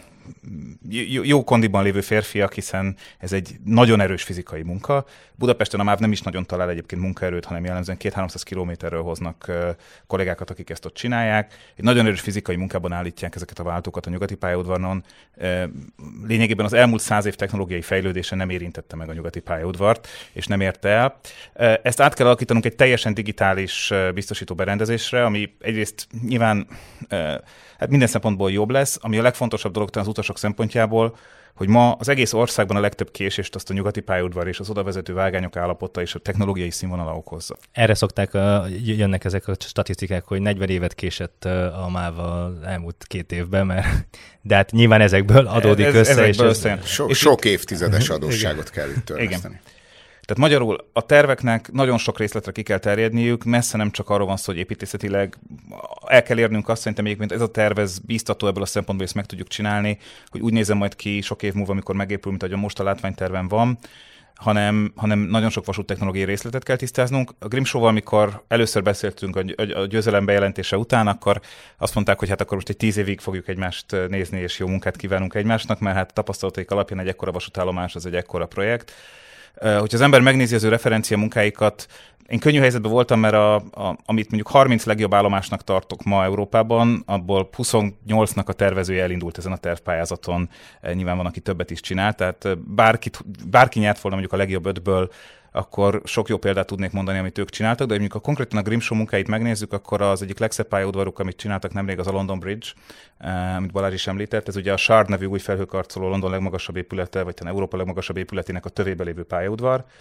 jó kondiban lévő férfiak, hiszen ez egy nagyon erős fizikai munka. Budapesten a MÁV nem is nagyon talál egyébként munkaerőt, hanem jellemzően 200-300 kilométerről hoznak kollégákat, akik ezt ott csinálják. Egy nagyon erős fizikai munkában állítják ezeket a váltókat a nyugati pályaudvaron. Lényegében az elmúlt 100 év technológiai fejlődése nem érintette meg a nyugati pályaudvart, és nem érte el. Ezt át kell alakítanunk egy teljesen digitális biztosító berendezésre, ami egyrészt nyilván hát minden szempontból jobb lesz, ami a legfontosabb dolog az utasok szempontjából, hogy ma az egész országban a legtöbb késést azt a nyugati pályaudvar és az odavezető vágányok állapota és a technológiai színvonala okozza. Erre jönnek ezek a statisztikák, hogy 40 évet késett a MÁV az elmúlt 2 évben, de hát nyilván ezekből adódik össze. Sok évtizedes adósságot kell itt törleszteni. Igen. Tehát magyarul a terveknek nagyon sok részletre ki kell terjedniük, messze nem csak arról van szó, hogy építészetileg el kell érnünk azt, szerintem egyébként ez a terv, ez bíztató ebből a szempontból, hogy ezt meg tudjuk csinálni, hogy úgy nézem majd ki sok év múlva, amikor megépül, mint ahogy a most a látványterven van, hanem nagyon sok vasúttechnológiai részletet kell tisztáznunk. A Grimshow-val, amikor először beszéltünk a győzelem bejelentése után, akkor azt mondták, hogy hát akkor most egy 10 évig fogjuk egymást nézni, és jó munkát kívánunk egymásnak, mert hát tapasztalataik alapján egy ekkora vasútállomás az egy ekkora projekt. Hogyha az ember megnézi az ő referencia munkáikat, én könnyű helyzetben voltam, mert amit mondjuk 30 legjobb állomásnak tartok ma Európában, abból 28-nak a tervezője elindult ezen a tervpályázaton. Nyilván van, aki többet is csinál, tehát bárki nyert volna mondjuk a legjobb 5-ből, akkor sok jó példát tudnék mondani, amit ők csináltak, de mondjuk ha konkrétan a Grimshow munkáit megnézzük, akkor az egyik legszebb pályaudvaruk, amit csináltak nemrég, az a London Bridge, amit Balázs is említett. Ez ugye a Shard nevű új felhőkarcoló London legmagasabb épülete, vagy talán Európa legmagasabb épületének a tövébe lévő pályaudvar.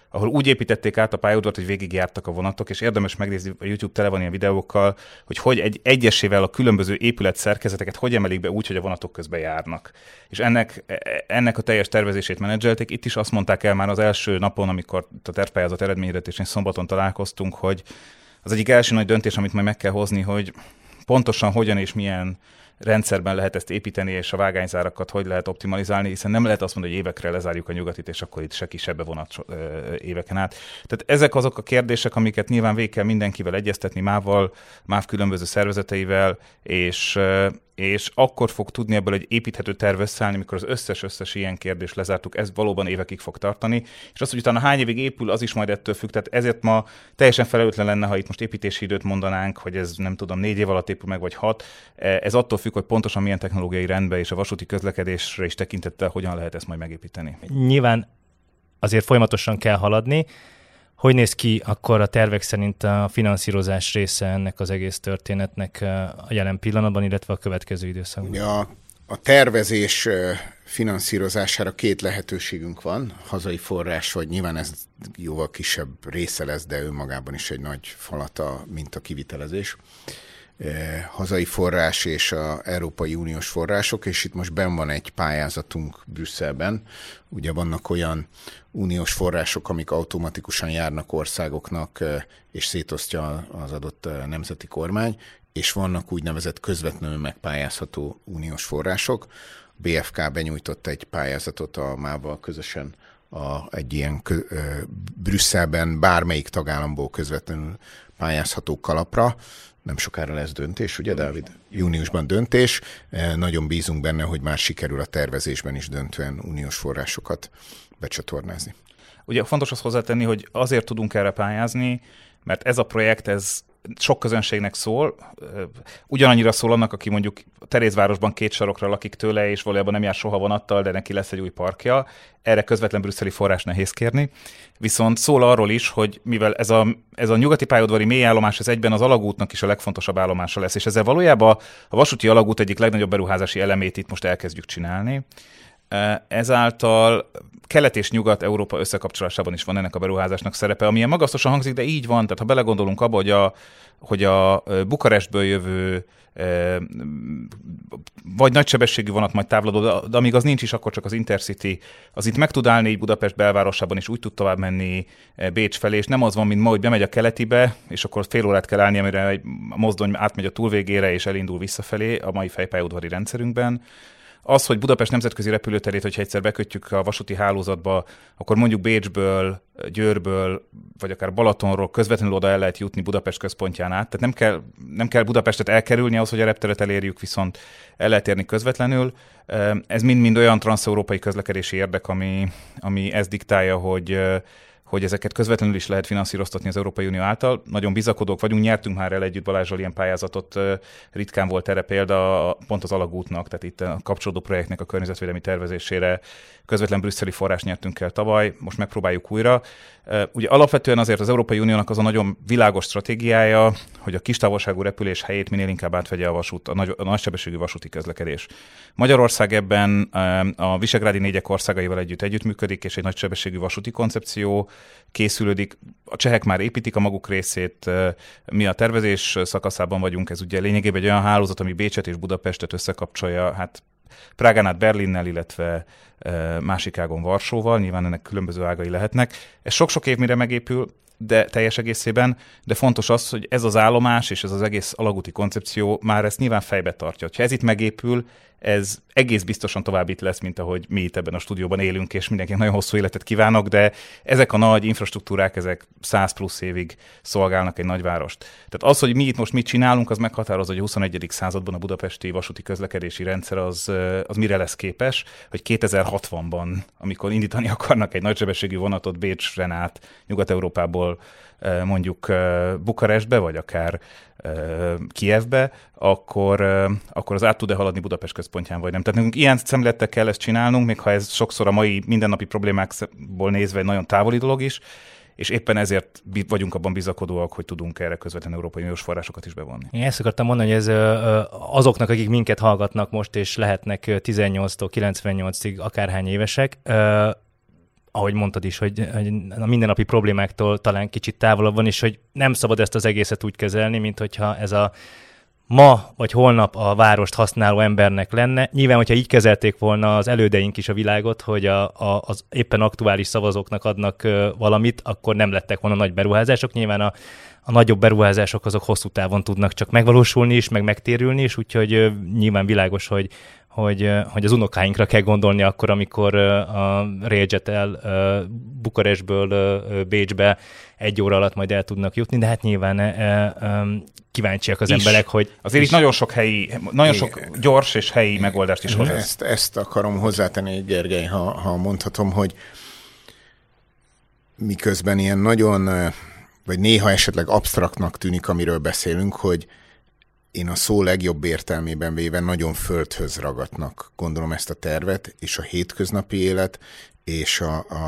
ahol úgy építették át a pályaudvart, hogy végigjártak a vonatok, és érdemes megnézni, a YouTube tele van ilyen videókkal, hogy egy egyesével a különböző épület szerkezeteket hogy emelik be úgy, hogy a vonatok közben járnak. És ennek a teljes tervezését menedzselték. Itt is azt mondták el már az első napon, amikor a tervpályázat eredményhirdetésén szombaton találkoztunk, hogy az egyik első nagy döntés, amit majd meg kell hozni, hogy pontosan hogyan és milyen rendszerben lehet ezt építeni, és a vágányzárakat hogy lehet optimalizálni, hiszen nem lehet azt mondani, hogy évekre lezárjuk a nyugatit, és akkor itt se kisebbe vonat éveken át. Tehát ezek azok a kérdések, amiket nyilván végig kell mindenkivel egyeztetni, MÁV különböző szervezeteivel, és akkor fog tudni ebből egy építhető terv összeállni, amikor az összes ilyen kérdést lezártuk, ez valóban évekig fog tartani. És az, hogy utána hány évig épül, az is majd ettől függ. Tehát ezért ma teljesen felelőtlen lenne, ha itt most építési időt mondanánk, hogy ez nem tudom, 4 év alatt épül meg, vagy 6. Ez attól függ, hogy pontosan milyen technológiai rendbe és a vasúti közlekedésre is tekintettel hogyan lehet ezt majd megépíteni. Nyilván azért folyamatosan kell haladni. Hogy néz ki akkor a tervek szerint a finanszírozás része ennek az egész történetnek a jelen pillanatban, illetve a következő időszakban? Ja, a tervezés finanszírozására 2 lehetőségünk van. Hazai forrás, vagy nyilván ez jóval kisebb része lesz, de önmagában is egy nagy falata, mint a kivitelezés. Hazai forrás és az Európai Uniós források, és itt most benn van egy pályázatunk Brüsszelben. Ugye vannak olyan uniós források, amik automatikusan járnak országoknak, és szétosztja az adott nemzeti kormány, és vannak úgynevezett közvetlenül megpályázható uniós források. A BFK benyújtott egy pályázatot a MÁV-val közösen egy ilyen Brüsszelben bármelyik tagállamból közvetlenül pályázható kalapra. Nem sokára lesz döntés, ugye, Dávid? Júniusban döntés. Nagyon bízunk benne, hogy már sikerül a tervezésben is döntően uniós forrásokat becsatornázni. Ugye fontos azt hozzátenni, hogy azért tudunk erre pályázni, mert ez a projekt, ez sok közönségnek szól. Ugyanannyira szól annak, aki mondjuk Terézvárosban 2 sarokra lakik tőle, és valójában nem jár soha vonattal, de neki lesz egy új parkja. Erre közvetlen brüsszeli forrás nehéz kérni. Viszont szól arról is, hogy mivel ez a nyugati pályaudvari mélyállomás, ez egyben az alagútnak is a legfontosabb állomása lesz, és ezzel valójában a vasúti alagút egyik legnagyobb beruházási elemét itt most elkezdjük csinálni. Ezáltal Kelet és Nyugat-Európa összekapcsolásában is van ennek a beruházásnak szerepe, amilyen magasztosan hangzik, de így van. Tehát ha belegondolunk abba, hogy a Bukarestből jövő vagy nagysebességű vonat, majd távladó, de amíg az nincs is, akkor csak az Intercity, az itt meg tud állni, így Budapest belvárosában is úgy tud tovább menni Bécs felé, és nem az van, mint ma, hogy bemegy a keletibe, és akkor fél órát kell állni, amire egy mozdony átmegy a túlvégére, és elindul visszafelé a mai fejpályaudvari rendszerünkben. Az, hogy Budapest nemzetközi repülőterét, hogyha egyszer bekötjük a vasúti hálózatba, akkor mondjuk Bécsből, Győrből, vagy akár Balatonról közvetlenül oda el lehet jutni Budapest központján át. Tehát nem kell Budapestet elkerülni ahhoz, hogy a repteret elérjük, viszont el lehet érni közvetlenül. Ez mind-mind olyan transzeurópai közlekedési érdek, ami ezt diktálja, hogy ezeket közvetlenül is lehet finanszíroztatni az Európai Unió által. Nagyon bizakodók vagyunk, nyertünk már el együtt Balázsral ilyen pályázatot, ritkán volt erre példa, pont az alagútnak, tehát itt a kapcsolódó projektnek a környezetvédelmi tervezésére közvetlen brüsszeli forrás nyertünk el tavaly, most megpróbáljuk újra. Ugye alapvetően azért az Európai Uniónak az a nagyon világos stratégiája, hogy a kistávolságú repülés helyét minél inkább átvegye a nagysebességű vasúti közlekedés. Magyarország ebben a Visegrádi 4 országaival együttműködik, és egy nagysebességű vasúti koncepció készülődik. A csehek már építik a maguk részét, mi a tervezés szakaszában vagyunk, ez ugye lényegében egy olyan hálózat, ami Bécset és Budapestet összekapcsolja, hát Prágán át Berlinnel, illetve másik ágon Varsóval, nyilván ennek különböző ágai lehetnek. Ez sok-sok év mire megépül, de teljes egészében, de fontos az, hogy ez az állomás és ez az egész alagúti koncepció már ezt nyilván fejbe tartja. Ha ez itt megépül, ez egész biztosan tovább itt lesz, mint ahogy mi itt ebben a stúdióban élünk, és mindenkinek nagyon hosszú életet kívánok, de ezek a nagy infrastruktúrák, ezek 100 plusz évig szolgálnak egy nagyvárost. Tehát az, hogy mi itt most mit csinálunk, az meghatározza, hogy a 21. században a budapesti vasúti közlekedési rendszer az mire lesz képes, hogy 2060-ban, amikor indítani akarnak egy nagysebességű vonatot Bécsren át Nyugat-Európából mondjuk Bukarestbe, vagy akár Kijevbe, akkor az át tud-e haladni Budapest központján, vagy nem. Tehát nekünk ilyen szemlélettel kell ezt csinálnunk, még ha ez sokszor a mai mindennapi problémákból nézve egy nagyon távoli dolog is, és éppen ezért vagyunk abban bizakodóak, hogy tudunk erre közvetlen Európai Uniós forrásokat is bevonni. Én ezt akartam mondani, hogy ez azoknak, akik minket hallgatnak most, és lehetnek 18-tól 98-ig akárhány évesek, ahogy mondtad is, hogy a mindennapi problémáktól talán kicsit távolabb van, és hogy nem szabad ezt az egészet úgy kezelni, mint hogyha ez a ma vagy holnap a várost használó embernek lenne. Nyilván, hogyha így kezelték volna az elődeink is a világot, hogy az éppen aktuális szavazóknak adnak valamit, akkor nem lettek volna nagy beruházások. Nyilván a nagyobb beruházások azok hosszú távon tudnak csak megvalósulni is, meg megtérülni is, úgyhogy nyilván világos, hogy az unokáinkra kell gondolni akkor, amikor a Railjet-el Bukarestből Bécsbe 1 óra alatt majd el tudnak jutni, de hát nyilván kíváncsiak az emberek, hogy... Azért itt nagyon sok gyors és helyi megoldást is hoz. Ezt akarom hozzátenni, Gergely, ha mondhatom, hogy miközben ilyen nagyon, vagy néha esetleg absztraktnak tűnik, amiről beszélünk, hogy én a szó legjobb értelmében véve nagyon földhöz ragadnak, gondolom ezt a tervet, és a hétköznapi élet, és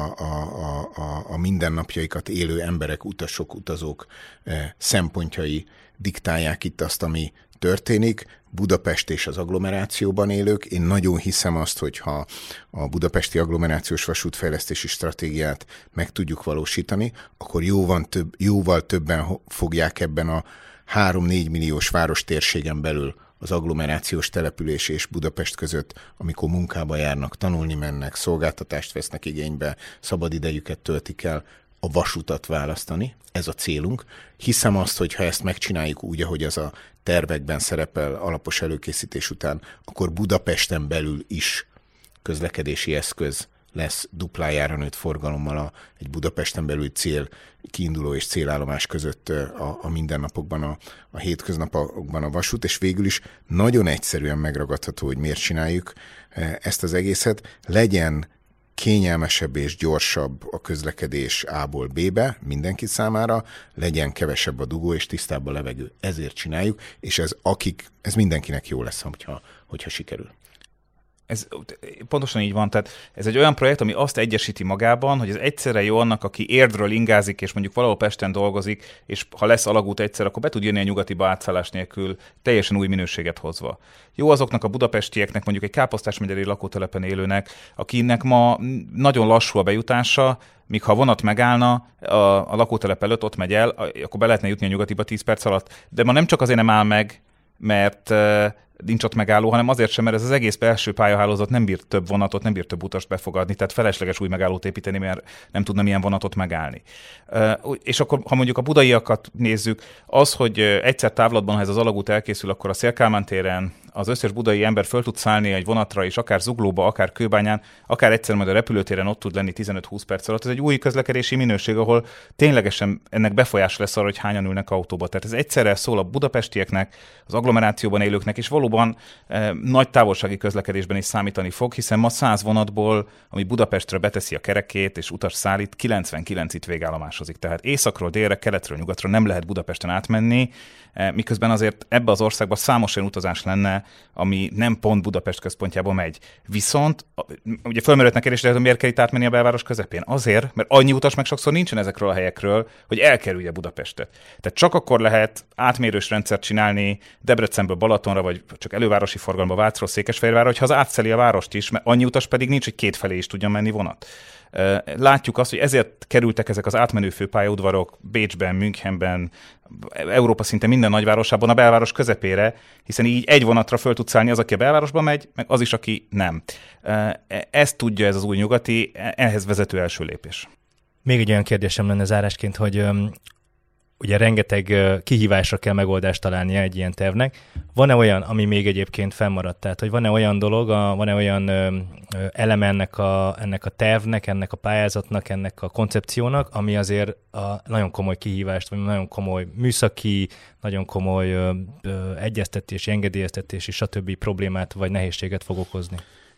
a mindennapjaikat élő emberek, utasok, utazók szempontjai diktálják itt azt, ami történik. Budapest és az agglomerációban élők. Én nagyon hiszem azt, hogyha a budapesti agglomerációs vasútfejlesztési stratégiát meg tudjuk valósítani, akkor jóval többen fogják ebben a 3-4 milliós város térségen belül az agglomerációs település és Budapest között, amikor munkába járnak, tanulni mennek, szolgáltatást vesznek igénybe, szabadidejüket töltik el, a vasutat választani. Ez a célunk. Hiszem azt, hogy ha ezt megcsináljuk úgy, ahogy az a tervekben szerepel alapos előkészítés után, akkor Budapesten belül is közlekedési eszköz lesz duplájára nőtt forgalommal egy Budapesten belül kiinduló és célállomás között a mindennapokban, a hétköznapokban a vasút, és végül is nagyon egyszerűen megragadható, hogy miért csináljuk ezt az egészet. Legyen kényelmesebb és gyorsabb a közlekedés A-ból B-be mindenki számára, legyen kevesebb a dugó és tisztább a levegő. Ezért csináljuk, és ez mindenkinek jó lesz, hogyha sikerül. Ez pontosan így van, tehát ez egy olyan projekt, ami azt egyesíti magában, hogy ez egyszerre jó annak, aki Érdről ingázik, és mondjuk valahol Pesten dolgozik, és ha lesz alagút egyszer, akkor be tud jönni a nyugatiba átszállás nélkül, teljesen új minőséget hozva. Jó azoknak a budapestieknek, mondjuk egy Káposztás-megyeri lakótelepen élőnek, akinek ma nagyon lassú a bejutása, míg ha vonat megállna a lakótelep előtt, ott megy el, akkor be lehetne jutni a nyugatiba 10 perc alatt. De ma nem csak azért nem áll meg, mert nincs ott megálló, hanem azért sem, mert ez az egész belső pályahálózat nem bír több vonatot, nem bír több utast befogadni, tehát felesleges új megállót építeni, mert nem tudna milyen vonatot megállni. És akkor, ha mondjuk a budaiakat nézzük, az, hogy egyszer távlatban, ha ez az alagút elkészül, akkor a Széll-Kálmán téren az összes budai ember föl tud szállni egy vonatra, és akár Zuglóba, akár Kőbányán, akár egyszer majd a repülőtéren ott tud lenni 15-20 perc alatt. Ez egy új közlekedési minőség, ahol ténylegesen ennek befolyás lesz arra, hogy hányan ülnek autóba. Tehát ez egyszerre szól a budapestieknek, az agglomerációban élőknek, és valóban nagy távolsági közlekedésben is számítani fog, hiszen ma 100 vonatból, ami Budapestre beteszi a kerekét és utas szállít, 99 itt végállomásozik. Tehát északról délre, keletről nyugatra nem lehet Budapesten átmenni, miközben azért ebbe az országban számos olyan utazás lenne, ami nem pont Budapest központjába megy. Viszont, ugye fölmerülhetnek kérdés, hogy miért kell itt átmenni a belváros közepén? Azért, mert annyi utas meg sokszor nincsen ezekről a helyekről, hogy elkerülje Budapestet. Tehát csak akkor lehet átmérős rendszert csinálni Debrecenből Balatonra, vagy csak elővárosi forgalomba Vácról Székesfehérvárra, hogyha az átszeli a várost is, mert annyi utas pedig nincs, hogy kétfelé is tudjon menni vonat. Látjuk azt, hogy ezért kerültek ezek az átmenő főpályaudvarok Bécsben, Münchenben, Európa szinte minden nagyvárosában a belváros közepére, hiszen így egy vonatra föl tudsz szállni az, aki a belvárosba megy, meg az is, aki nem. Ezt tudja ez az új nyugati, ehhez vezető első lépés. Még egy olyan kérdésem lenne zárásként, hogy ugye rengeteg kihívásra kell megoldást találnia egy ilyen tervnek. Van-e olyan, ami még egyébként fennmaradt? Tehát, hogy van-e olyan dolog, van-e olyan eleme ennek a tervnek, ennek a pályázatnak, ennek a koncepciónak, ami azért nagyon komoly kihívást, vagy nagyon komoly műszaki, nagyon komoly egyeztetési, engedélyeztetési, stb. Problémát vagy nehézséget fog okozni?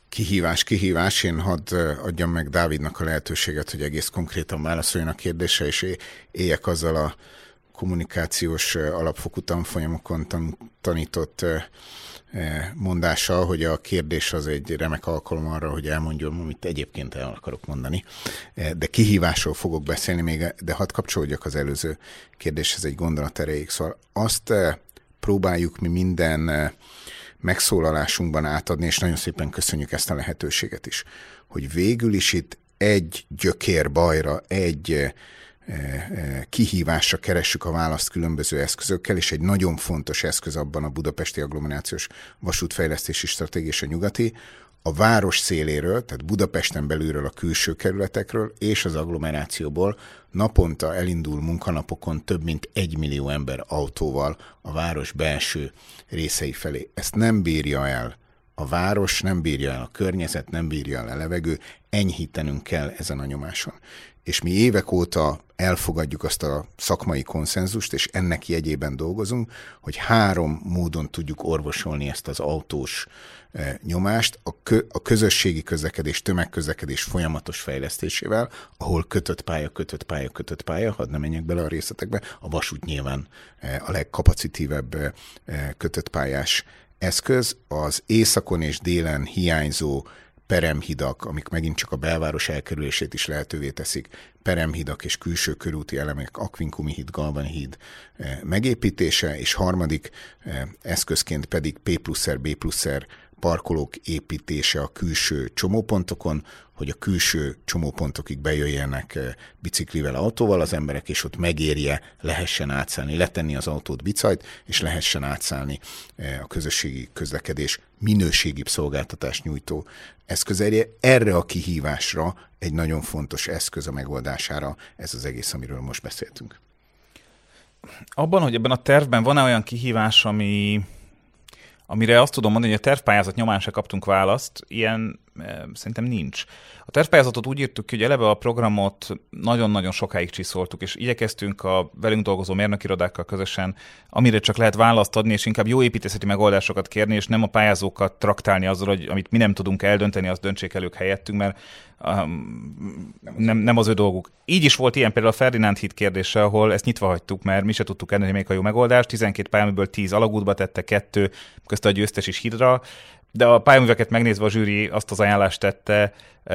Kihívás. Én hadd adjam meg Dávidnak a lehetőséget, hogy egész konkrétan válaszoljon a kérdésre, és éljek azzal a kommunikációs alapfokú tanfolyamokon tanított mondással, hogy a kérdés az egy remek alkalom arra, hogy elmondjam, amit egyébként el akarok mondani. De kihívásról fogok beszélni még, de hadd kapcsolódjak az előző kérdéshez egy gondolat erejéig. Szóval azt próbáljuk mi minden megszólalásunkban átadni, és nagyon szépen köszönjük ezt a lehetőséget is, hogy végül is itt egy gyökérbajra, egy kihívásra keressük a választ különböző eszközökkel, és egy nagyon fontos eszköz abban a budapesti agglomerációs vasútfejlesztési stratégia és a nyugati, a város széléről, tehát Budapesten belülről, a külső kerületekről és az agglomerációból naponta elindul munkanapokon több mint 1 millió ember autóval a város belső részei felé. Ezt nem bírja el a város, nem bírja el a környezet, nem bírja el a levegő, enyhítenünk kell ezen a nyomáson. És mi évek óta elfogadjuk azt a szakmai konszenzust, és ennek jegyében dolgozunk, hogy 3 módon tudjuk orvosolni ezt az autós nyomást, a közösségi közlekedés, tömegközlekedés folyamatos fejlesztésével, ahol kötött pálya, hadd ne menjek bele a részletekbe, a vasút nyilván a legkapacitívebb kötött pályás eszköz, az északon és délen hiányzó peremhidak, amik megint csak a belváros elkerülését is lehetővé teszik, peremhidak és külső körúti elemek, Aquincumi híd, Galvani híd megépítése, és harmadik eszközként pedig P+R, B+R parkolók építése a külső csomópontokon, hogy a külső csomópontokig bejöjjenek biciklivel, autóval az emberek, és ott megérje, lehessen átszállni, letenni az autót bicajt, és lehessen átszállni a közösségi közlekedés minőségibb szolgáltatást nyújtó eszközeire. Erre a kihívásra egy nagyon fontos eszköz a megoldására ez az egész, amiről most beszéltünk. Abban, hogy ebben a tervben van-e olyan kihívás, amire azt tudom mondani, hogy a tervpályázat nyomán se kaptunk választ, ilyen szerintem nincs. A tervpályázatot úgy írtuk ki, hogy eleve a programot nagyon-nagyon sokáig csiszoltuk, és igyekeztünk a velünk dolgozó mérnökirodákkal közösen, amire csak lehet választ adni, és inkább jó építészeti megoldásokat kérni, és nem a pályázókat traktálni azzal, hogy amit mi nem tudunk eldönteni, azt döntsék el ők helyettünk, mert nem az ő dolguk. Így is volt ilyen például a Ferdinánd híd kérdése, ahol ezt nyitva hagytuk, mert mi se tudtuk eldönteni még a jó megoldást. 12 pályaműből 10 alagútba tette, 2 közte a győztes is hídra, de a pályaműveket megnézve a zsűri azt az ajánlást tette,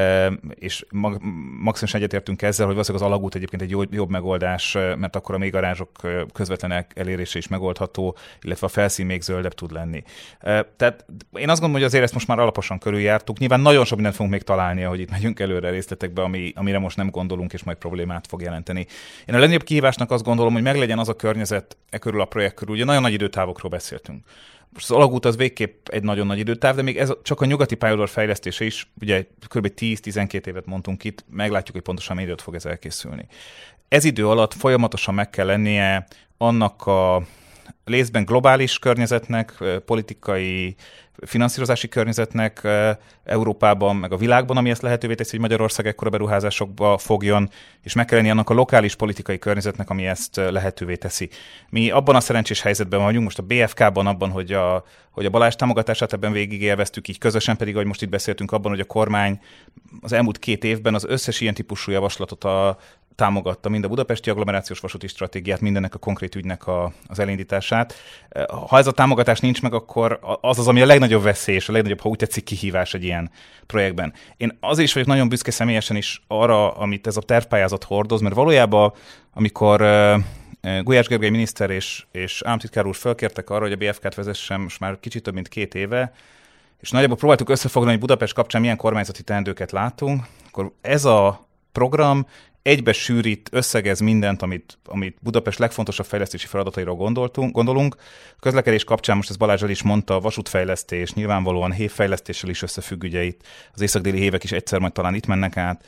és maximálisan egyetértünk ezzel, hogy valószínűleg az alagút egyébként egy jobb megoldás, mert akkor a mélygarázsok közvetlen elérése is megoldható, illetve a felszín még zöldebb tud lenni. Tehát én azt gondolom, hogy azért ezt most már alaposan körüljártuk. Nyilván nagyon sok mindent fogunk még találni, ahogy itt megyünk előre részletekbe, amire most nem gondolunk, és majd problémát fog jelenteni. Én a legnagyobb kihívásnak azt gondolom, hogy meglegyen az a környezet körül a projekt körül. Ugye nagyon nagy időtávokról beszéltünk. Most az alagút az végképp egy nagyon nagy időtáv, de még ez csak a nyugati pályaudvar fejlesztése is, ugye kb. 10-12 évet mondtunk itt, meglátjuk, hogy pontosan mennyi időt fog ez elkészülni. Ez idő alatt folyamatosan meg kell lennie annak a részben globális környezetnek, politikai, finanszírozási környezetnek Európában, meg a világban, ami ezt lehetővé teszi, hogy Magyarország ekkora beruházásokba fogjon, és meg kell lenni annak a lokális politikai környezetnek, ami ezt lehetővé teszi. Mi abban a szerencsés helyzetben vagyunk, most a BFK-ban abban, hogy a Balázs támogatását ebben végigélveztük, így közösen pedig, ahogy most itt beszéltünk abban, hogy a kormány az elmúlt 2 évben az összes ilyen típusú javaslatot támogatta, mind a budapesti agglomerációs vasúti stratégiát, mindennek a konkrét ügynek az elindítását. Ha ez a támogatás nincs meg, akkor az, ami a legnagyobb veszély, és a legnagyobb, ha úgy tetszik, kihívás egy ilyen projektben. Én azért is vagyok nagyon büszke személyesen is arra, amit ez a tervpályázat hordoz, mert valójában, amikor Gulyás Gergely miniszter és államtitkár úr fölkértek arra, hogy a BFK-t vezessem most már kicsit több mint 2 éve, és nagyjából próbáltuk összefoglalni, hogy Budapest kapcsán milyen kormányzati teendőket látunk, akkor ez a program egybe sűrít, összegez mindent, amit Budapest legfontosabb fejlesztési feladatairól gondolunk. A közlekedés kapcsán, most ezt Balázs is mondta, a vasútfejlesztés, nyilvánvalóan hévfejlesztéssel is összefügg, ugye itt az észak-déli hévek is egyszer majd talán itt mennek át.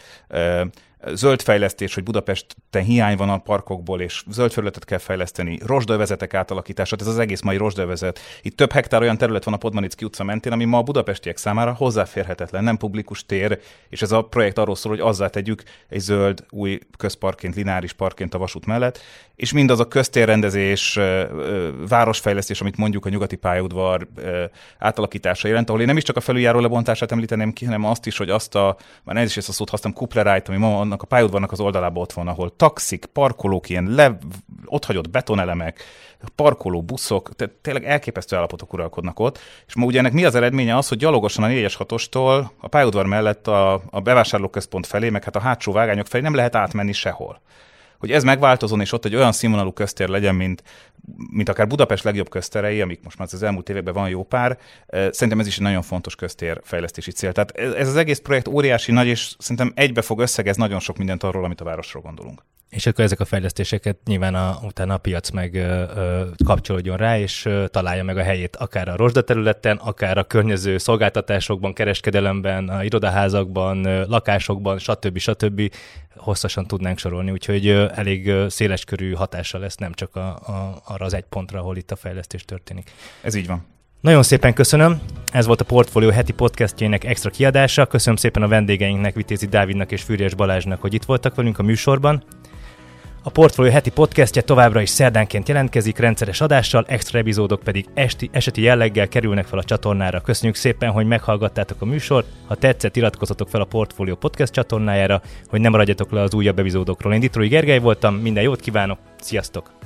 Zöld fejlesztés, hogy Budapesten hiány van a parkokból, és zöld felületet kell fejleszteni, rozsdövezetek átalakítása, ez az egész mai rozsdövezet. Itt több hektár olyan terület van a Podmanicki utca mentén, ami ma a budapestiek számára hozzáférhetetlen, nem publikus tér, és ez a projekt arról szól, hogy azzá tegyük egy zöld, új közparkként, lineáris parkként a vasút mellett, és mindaz a köztérrendezés, városfejlesztés, amit mondjuk a nyugati pályaudvar átalakítása jelent, ahol én nem is csak a felüljáró lebontását említeném ki, hanem azt is, hogy már ez is ezt a szót használom, Kuplerájt, ami ma annak a pályaudvarnak az oldalában ott van, ahol taxik, parkolók, ilyen otthagyott betonelemek, parkoló buszok, tehát tényleg elképesztő állapotok uralkodnak ott, és ma ugye ennek mi az eredménye az, hogy gyalogosan a 4-es 6-ostól a pályaudvar mellett a bevásárlóközpont felé, meg hát a hátsó vágányok felé nem lehet átmenni sehol. hogy ez megváltozon, és ott egy olyan színvonalú köztér legyen, mint akár Budapest legjobb közterei, amik most már az elmúlt években van jó pár. Szerintem ez is egy nagyon fontos köztérfejlesztési cél. Tehát ez az egész projekt óriási nagy, és szerintem egybe fog összegez nagyon sok mindent arról, amit a városról gondolunk. És akkor ezek a fejlesztéseket nyilván utána a piac meg kapcsolódjon rá, és találja meg a helyét akár a rozsdaterületen, akár a környező szolgáltatásokban, kereskedelemben, a irodaházakban, lakásokban, stb. Hosszasan tudnánk sorolni, úgyhogy elég széleskörű hatása lesz, nem csak arra az egy pontra, ahol itt a fejlesztés történik. Ez így van. Nagyon szépen köszönöm. Ez volt a Portfolio heti podcastjének extra kiadása. Köszönöm szépen a vendégeinknek, Vitézi Dávidnak és Füriyes Balázsnak, hogy itt voltak velünk a műsorban. A Portfolio heti podcastje továbbra is szerdánként jelentkezik, rendszeres adással, extra epizódok pedig eseti jelleggel kerülnek fel a csatornára. Köszönjük szépen, hogy meghallgattátok a műsort. Ha tetszett, iratkozzatok fel a Portfolio podcast csatornájára, hogy ne maradjatok le az újabb epizódokról. Én Ditrói Gergely voltam, minden jót kívánok, sziasztok!